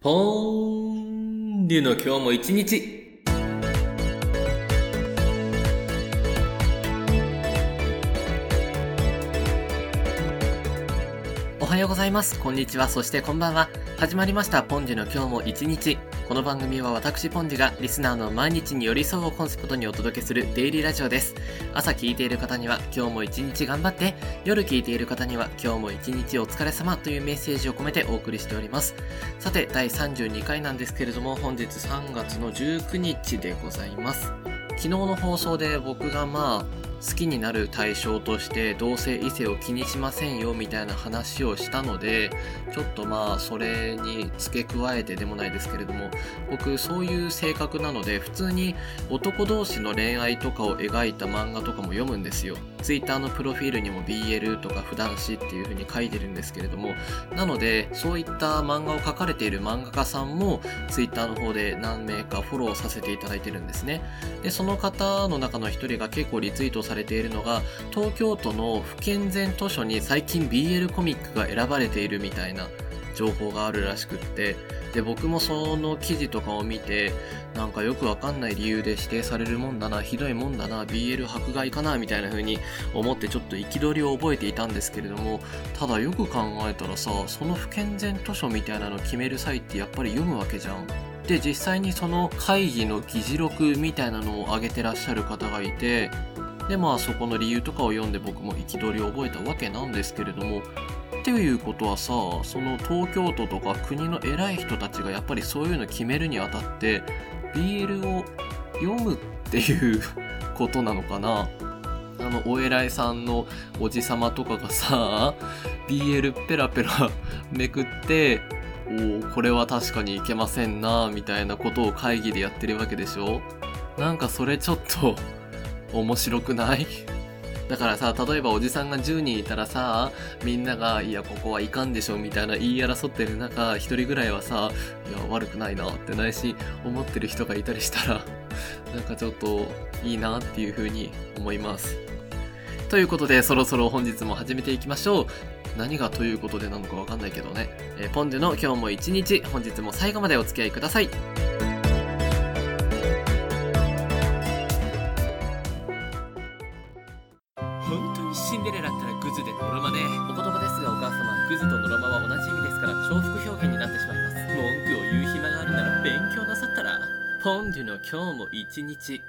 ポンデュの今日も一日。おはようございます。こんにちは。そしてこんばんは。始まりましたポンデュの今日も一日。この番組は私ポンデュがリスナーの毎日に寄り添うをコンセプトにお届けするデイリーラジオです。朝聞いている方には今日も一日頑張って、夜聞いている方には今日も一日お疲れ様というメッセージを込めてお送りしております。さて、第32回なんですけれども、本日3月の19日でございます。昨日の放送で僕が好きになる対象として同性異性を気にしませんよみたいな話をしたので、ちょっとそれに付け加えてでもないですけれども、僕そういう性格なので普通に男同士の恋愛とかを描いた漫画とかも読むんですよ。ツイッターのプロフィールにも BL とか普段誌っていう風に書いてるんですけれども、なのでそういった漫画を描かれている漫画家さんもツイッターの方で何名かフォローさせていただいてるんですね。でその方の中の一人が結構リツイートされているのが、東京都の不健全図書に最近 BL コミックが選ばれているみたいな情報があるらしくって、で僕もその記事とかを見て、なんかよくわかんない理由で指定されるもんだな、ひどいもんだな、 BL 迫害かなみたいな風に思ってちょっと憤りを覚えていたんですけれども、ただよく考えたらさ、その不健全図書みたいなの決める際ってやっぱり読むわけじゃん。で実際にその会議の議事録みたいなのを上げてらっしゃる方がいて、でそこの理由とかを読んで僕も憤りを覚えたわけなんですけれども、っていうことはさ、その東京都とか国の偉い人たちがやっぱりそういうの決めるにあたって BL を読むっていうことなのかな。お偉いさんのおじさまとかがさ BL ペラペラめくって、これは確かにいけませんなみたいなことを会議でやってるわけでしょ。なんかそれちょっと面白くない？だからさ、例えばおじさんが10人いたらさ、みんながいやここはいかんでしょみたいな言い争ってる中、一人ぐらいはさ、いや悪くないなって内心思ってる人がいたりしたらなんかちょっといいなっていう風に思います。ということで、そろそろ本日も始めていきましょう。何がということでなのかわかんないけどね。ポンデュの今日も一日、本日も最後までお付き合いください。本当にシンデレラったらグズでノロマね。お言葉ですがお母様、グズとノロマは同じ意味ですから重複表現になってしまいます。文句を言う暇があるなら勉強なさったら。ポンデュの今日も一日。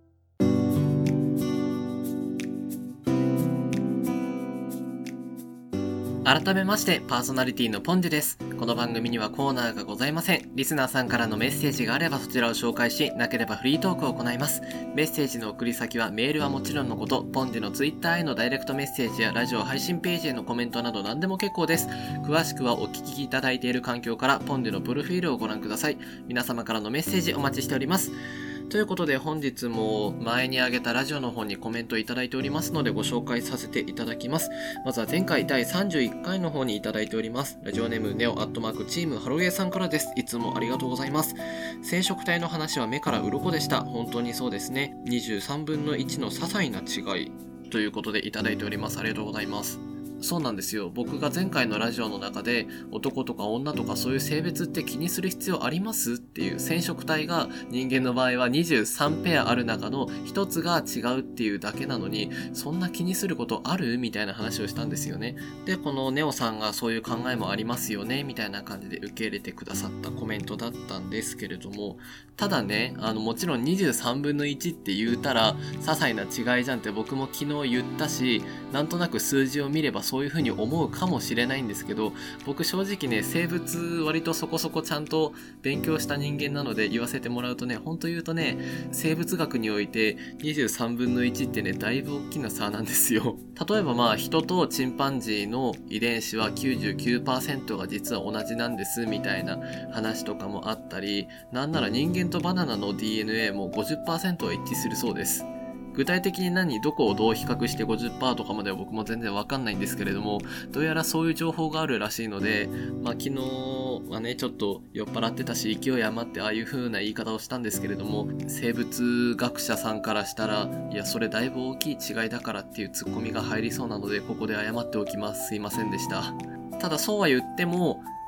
改めましてパーソナリティのポンデュです。この番組にはコーナーがございません。リスナーさんからのメッセージがあればそちらを紹介し、なければフリートークを行います。メッセージの送り先はメールはもちろんのこと、ポンデュのツイッターへのダイレクトメッセージやラジオ配信ページへのコメントなど何でも結構です。詳しくはお聞きいただいている環境からポンデュのプロフィールをご覧ください。皆様からのメッセージお待ちしております。ということで本日も前に上げたラジオの方にコメントいただいておりますのでご紹介させていただきます。まずは前回第31回の方にいただいております。ラジオネームネオ@チームハロゲーさんからです。いつもありがとうございます。染色体の話は目から鱗でした。本当にそうですね。23分の1の些細な違いということでいただいております。ありがとうございます。そうなんですよ。僕が前回のラジオの中で男とか女とかそういう性別って気にする必要ありますっていう、染色体が人間の場合は23ペアある中の一つが違うっていうだけなのに、そんな気にすることあるみたいな話をしたんですよね。でこのネオさんがそういう考えもありますよねみたいな感じで受け入れてくださったコメントだったんですけれども、ただね、もちろん23分の1って言うたら些細な違いじゃんって僕も昨日言ったし、なんとなく数字を見ればそういう風に思うかもしれないんですけど、僕正直ね、生物割とそこそこちゃんと勉強した人間なので言わせてもらうとね、本当言うとね、生物学において23分の1ってね、だいぶ大きな差なんですよ。例えば人とチンパンジーの遺伝子は 99% が実は同じなんですみたいな話とかもあったり、なんなら人間とバナナの DNA も 50% は一致するそうです。具体的にどこをどう比較して 50% とかまでは僕も全然わかんないんですけれども、どうやらそういう情報があるらしいので、昨日はね、ちょっと酔っ払ってたし勢い余ってああいう風な言い方をしたんですけれども、生物学者さんからしたら、いやそれだいぶ大きい違いだからっていうツッコミが入りそうなので、ここで謝っておきます。すいませんでした。ただそうは言っても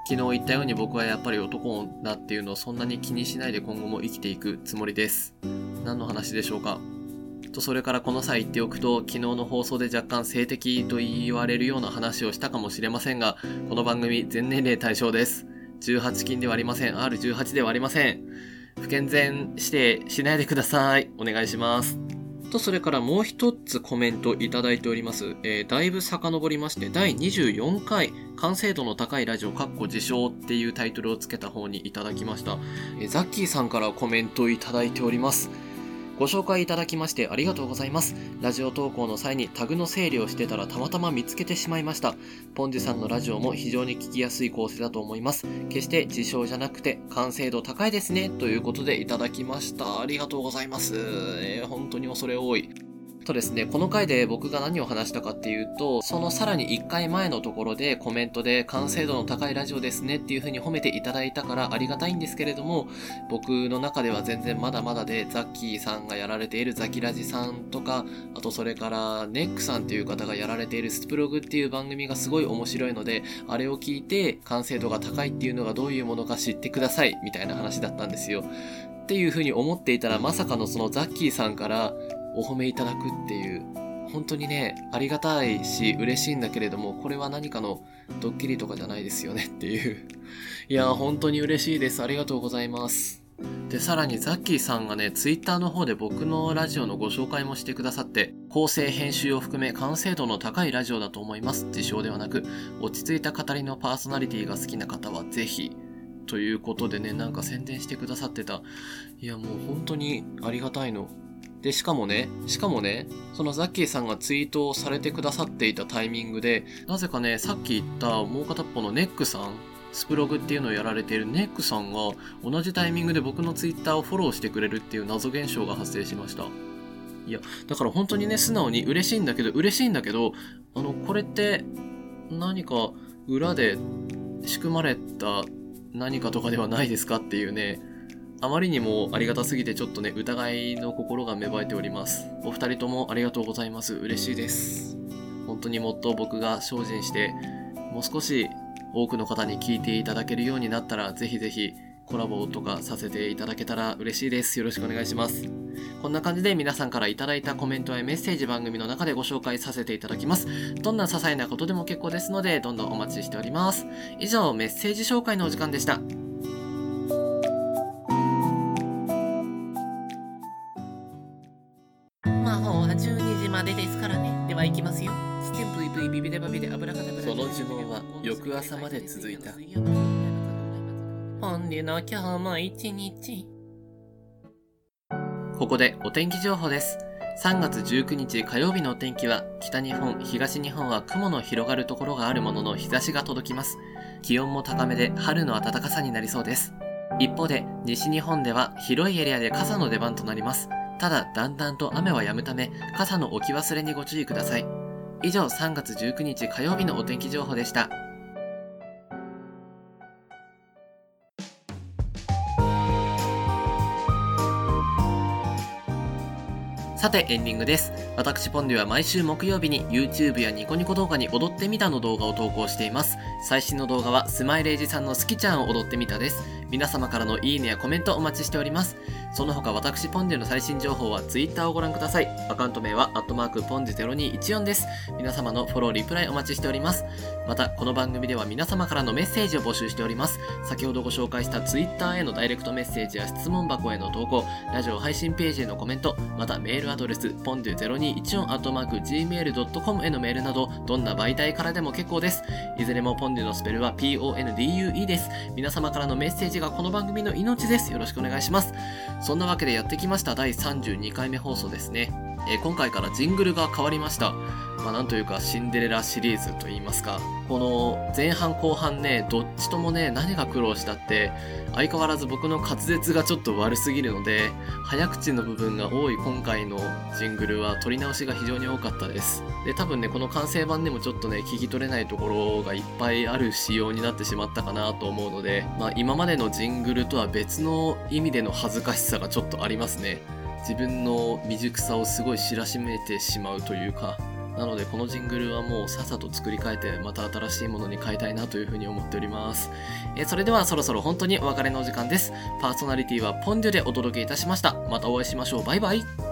昨日言ったように僕はやっぱり男だっていうのをそんなに気にしないで今後も生きていくつもりです。何の話でしょうか。それからこの際言っておくと、昨日の放送で若干性的と言われるような話をしたかもしれませんが、この番組全年齢対象です。18禁ではありません。R18 ではありません。不健全指定しないでください。お願いします。それからもう一つコメントいただいております。だいぶ遡りまして、第24回完成度の高いラジオ自称っていうタイトルをつけた方にいただきました。ザッキーさんからコメントいただいております。ご紹介いただきましてありがとうございます。ラジオ投稿の際にタグの整理をしてたらたまたま見つけてしまいました。ポンジさんのラジオも非常に聞きやすい構成だと思います。決して自称じゃなくて完成度高いですね。ということでいただきました。ありがとうございます。本当に恐れ多い。ですね、この回で僕が何を話したかっていうと、そのさらに1回前のところでコメントで完成度の高いラジオですねっていう風に褒めていただいたからありがたいんですけれども、僕の中では全然まだまだで、ザッキーさんがやられているザキラジさんとか、あとそれからネックさんっていう方がやられているスプログっていう番組がすごい面白いので、あれを聞いて完成度が高いっていうのがどういうものか知ってくださいみたいな話だったんですよ。っていう風に思っていたら、まさかのそのザッキーさんからお褒めいただくっていう、本当にね、ありがたいし嬉しいんだけれども、これは何かのドッキリとかじゃないですよねっていう。いや、本当に嬉しいです。ありがとうございます。で、さらにザッキーさんがね、ツイッターの方で僕のラジオのご紹介もしてくださって、構成編集を含め完成度の高いラジオだと思います。自称ではなく、落ち着いた語りのパーソナリティが好きな方はぜひ。ということでね、なんか宣伝してくださってた。いや、もう本当にありがたいの。で、しかもね、そのザッキーさんがツイートをされてくださっていたタイミングで、なぜかね、さっき言ったもう片っぽのネックさん、スプログっていうのをやられているネックさんが同じタイミングで僕のツイッターをフォローしてくれるっていう謎現象が発生しました。いや、だから本当にね、素直に嬉しいんだけど、これって何か裏で仕組まれた何かとかではないですかっていうね、あまりにもありがたすぎてちょっとね、疑いの心が芽生えております。お二人ともありがとうございます。嬉しいです。本当にもっと僕が精進して、もう少し多くの方に聞いていただけるようになったら、ぜひぜひコラボとかさせていただけたら嬉しいです。よろしくお願いします。こんな感じで皆さんからいただいたコメントやメッセージ番組の中でご紹介させていただきます。どんな些細なことでも結構ですので、どんどんお待ちしております。以上、メッセージ紹介のお時間でした。魔法は12時までですからね。では行きますよ。ステンプイプイビビデバビデアブラカタブラ。その呪文は翌朝まで続いた。ポンデの今日も一日。ここでお天気情報です。3月19日火曜日のお天気は、北日本、東日本は雲の広がるところがあるものの日差しが届きます。気温も高めで春の暖かさになりそうです。一方で、西日本では広いエリアで傘の出番となります。ただ、だんだんと雨は止むため、傘の置き忘れにご注意ください。以上、3月19日火曜日のお天気情報でした。さてエンディングです。私ポンデは毎週木曜日に YouTube やニコニコ動画に踊ってみたの動画を投稿しています。最新の動画はスマイレージさんの好きちゃんを踊ってみたです。皆様からのいいねやコメントお待ちしております。その他私ポンデの最新情報は Twitter をご覧ください。アカウント名はポンジ0214です。皆様のフォローリプライお待ちしております。またこの番組では皆様からのメッセージを募集しております。先ほどご紹介した Twitter へのダイレクトメッセージや質問箱への投稿、ラジオ配信ページへのコメント、またメールアドレスポンデ0214@gmail.com へのメールなど、どんな媒体からでも結構です。いずれもポンデのスペルは PONDUE です。皆様からのメッセージがこの番組の命です。よろしくお願いします。そんなわけでやってきました第32回目放送ですね。今回からジングルが変わりました。なんというかシンデレラシリーズといいますか、この前半後半ね、どっちともね、何が苦労したって、相変わらず僕の滑舌がちょっと悪すぎるので、早口の部分が多い今回のジングルは撮り直しが非常に多かったです。で、多分ね、この完成版でもちょっとね、聞き取れないところがいっぱいある仕様になってしまったかなと思うので、今までのジングルとは別の意味での恥ずかしさがちょっとありますね。自分の未熟さをすごい知らしめてしまうというか、 なのでこのジングルはもうさっさと作り変えてまた新しいものに変えたいなというふうに思っております。それではそろそろ本当にお別れのお時間です。パーソナリティはポンデュでお届けいたしました。またお会いしましょう。バイバイ。